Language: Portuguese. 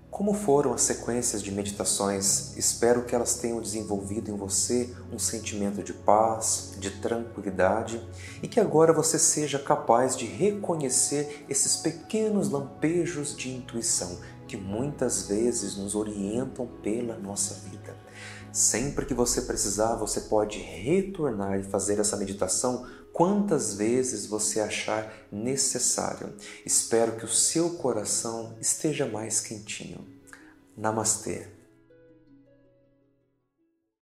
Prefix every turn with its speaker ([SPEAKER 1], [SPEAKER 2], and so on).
[SPEAKER 1] Como foram as sequências de meditações? Espero que elas tenham desenvolvido em você um sentimento de paz, de tranquilidade e que agora você seja capaz de reconhecer esses pequenos lampejos de intuição que muitas vezes nos orientam pela nossa vida. Sempre que você precisar, você pode retornar e fazer essa meditação quantas vezes você achar necessário. Espero que o seu coração esteja mais quentinho. Namastê.